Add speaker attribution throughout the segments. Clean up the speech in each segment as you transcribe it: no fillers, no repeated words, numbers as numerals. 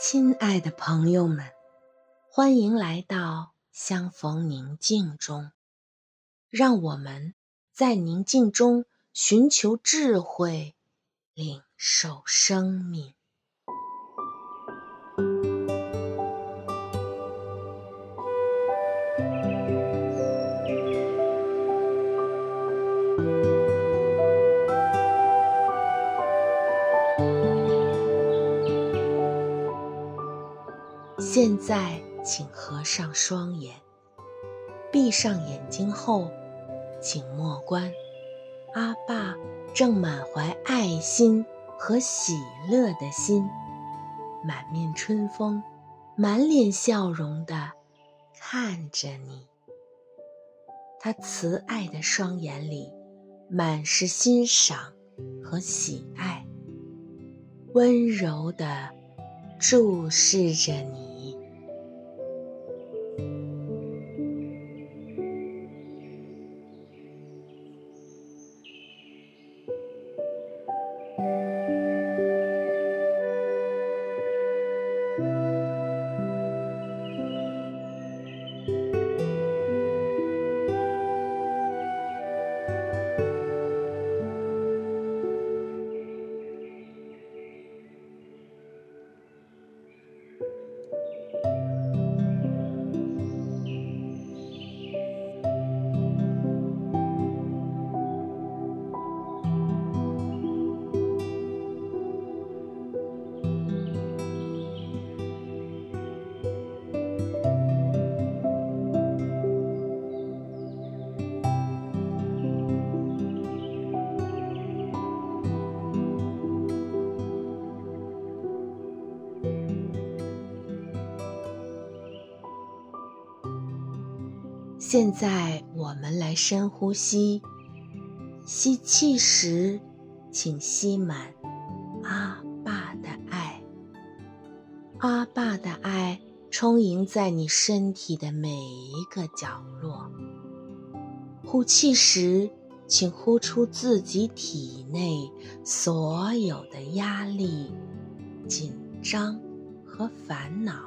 Speaker 1: 亲爱的朋友们，欢迎来到相逢宁静中，让我们在宁静中寻求智慧，领受生命。现在请合上双眼，闭上眼睛后，请默观阿爸正满怀爱心和喜乐的心，满面春风，满脸笑容地看着你。他慈爱的双眼里满是欣赏和喜爱，温柔地注视着你。现在我们来深呼吸，吸气时，请吸满阿爸的爱。阿爸的爱充盈在你身体的每一个角落。呼气时，请呼出自己体内所有的压力、紧张和烦恼。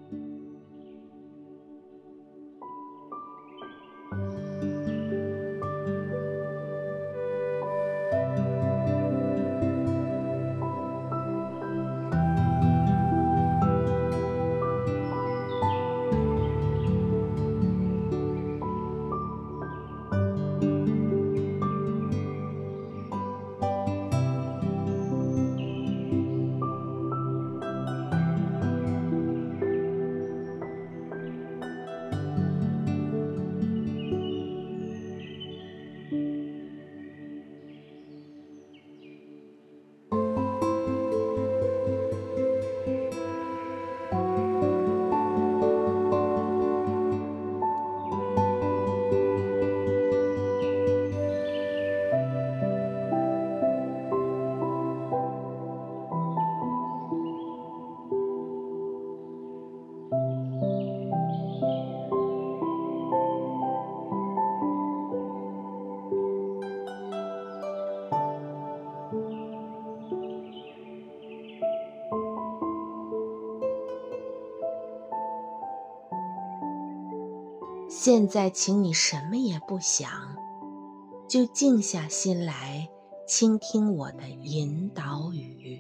Speaker 1: 现在请你什么也不想，就静下心来倾听我的引导语。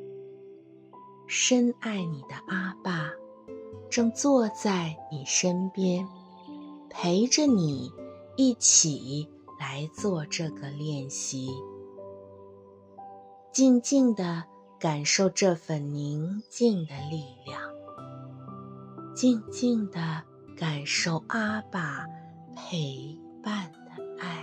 Speaker 1: 深爱你的阿爸正坐在你身边，陪着你一起来做这个练习。静静地感受这份宁静的力量，静静地感受阿爸陪伴的爱。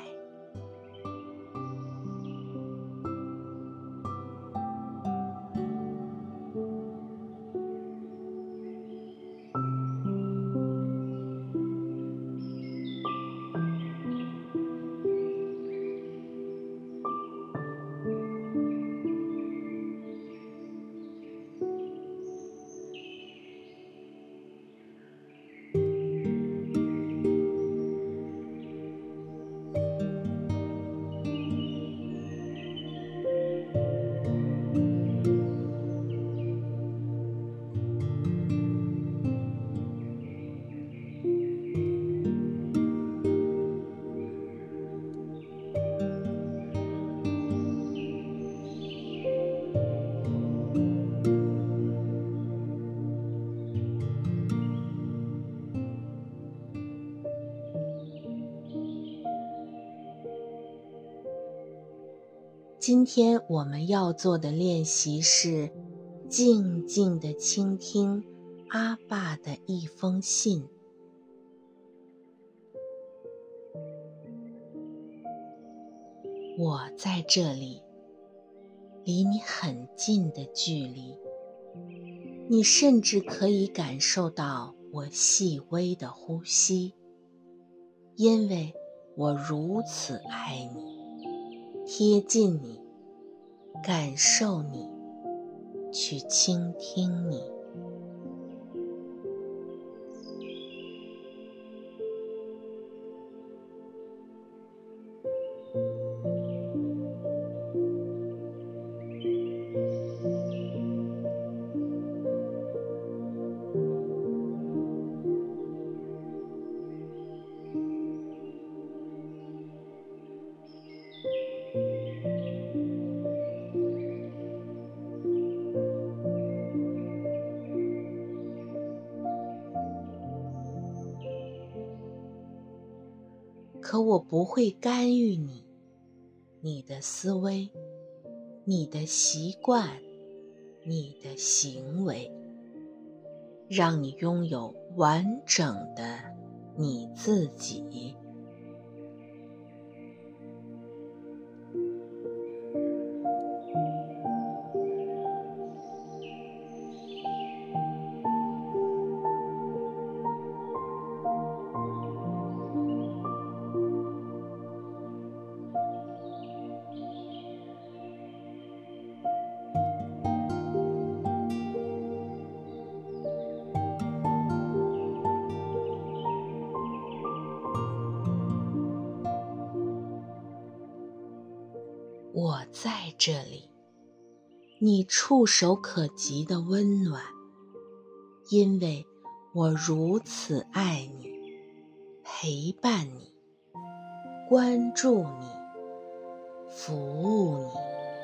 Speaker 1: 今天我们要做的练习是静静地倾听阿爸的一封信。我在这里，离你很近的距离，你甚至可以感受到我细微的呼吸，因为我如此爱你，贴近你，感受你，去倾听你。可我不会干预你的思维，你的习惯，你的行为，让你拥有完整的你自己。我在这里，你触手可及的温暖，因为我如此爱你，陪伴你，关注你，服务你。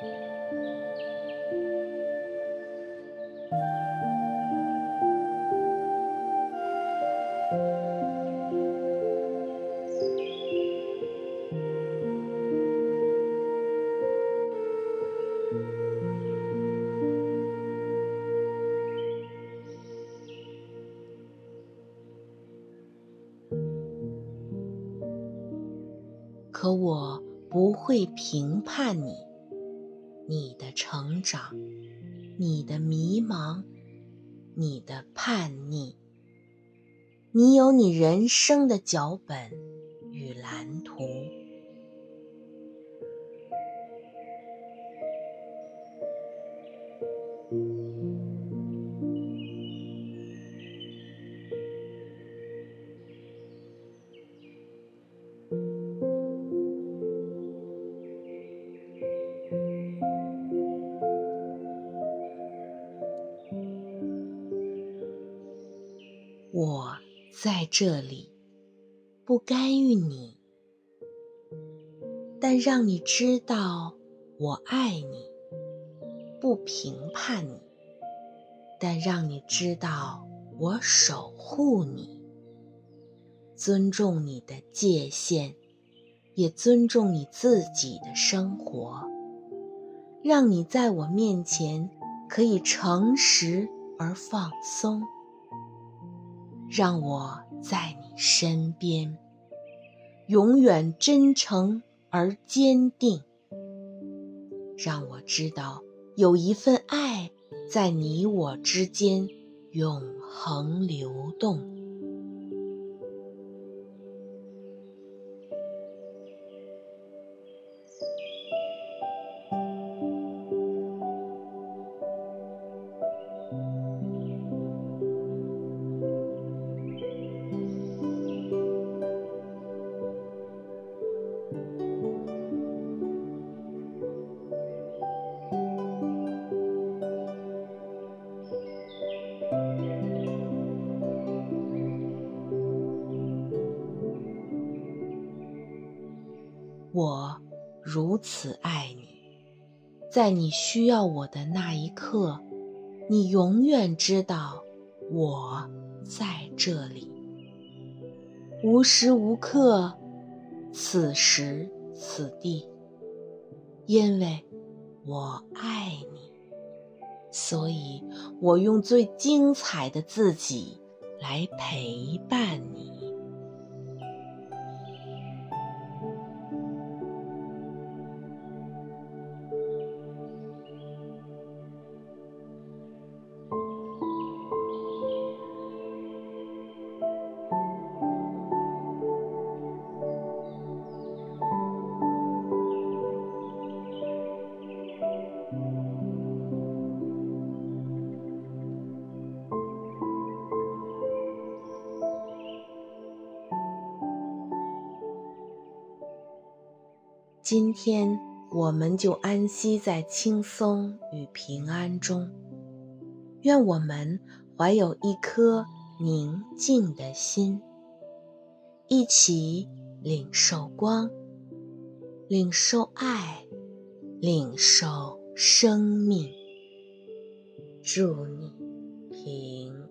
Speaker 1: 可我不会评判你的成长，你的迷茫，你的叛逆。你有你人生的脚本与蓝图。我在这里，不干预你，但让你知道我爱你；不评判你，但让你知道我守护你。尊重你的界限，也尊重你自己的生活，让你在我面前可以诚实而放松。让我在你身边，永远真诚而坚定。让我知道有一份爱在你我之间永恒流动。我如此爱你，在你需要我的那一刻，你永远知道我在这里，无时无刻，此时此地，因为我爱你，所以我用最精彩的自己来陪伴你。今天我们就安息在轻松与平安中，愿我们怀有一颗宁静的心，一起领受光，领受爱，领受生命。祝你平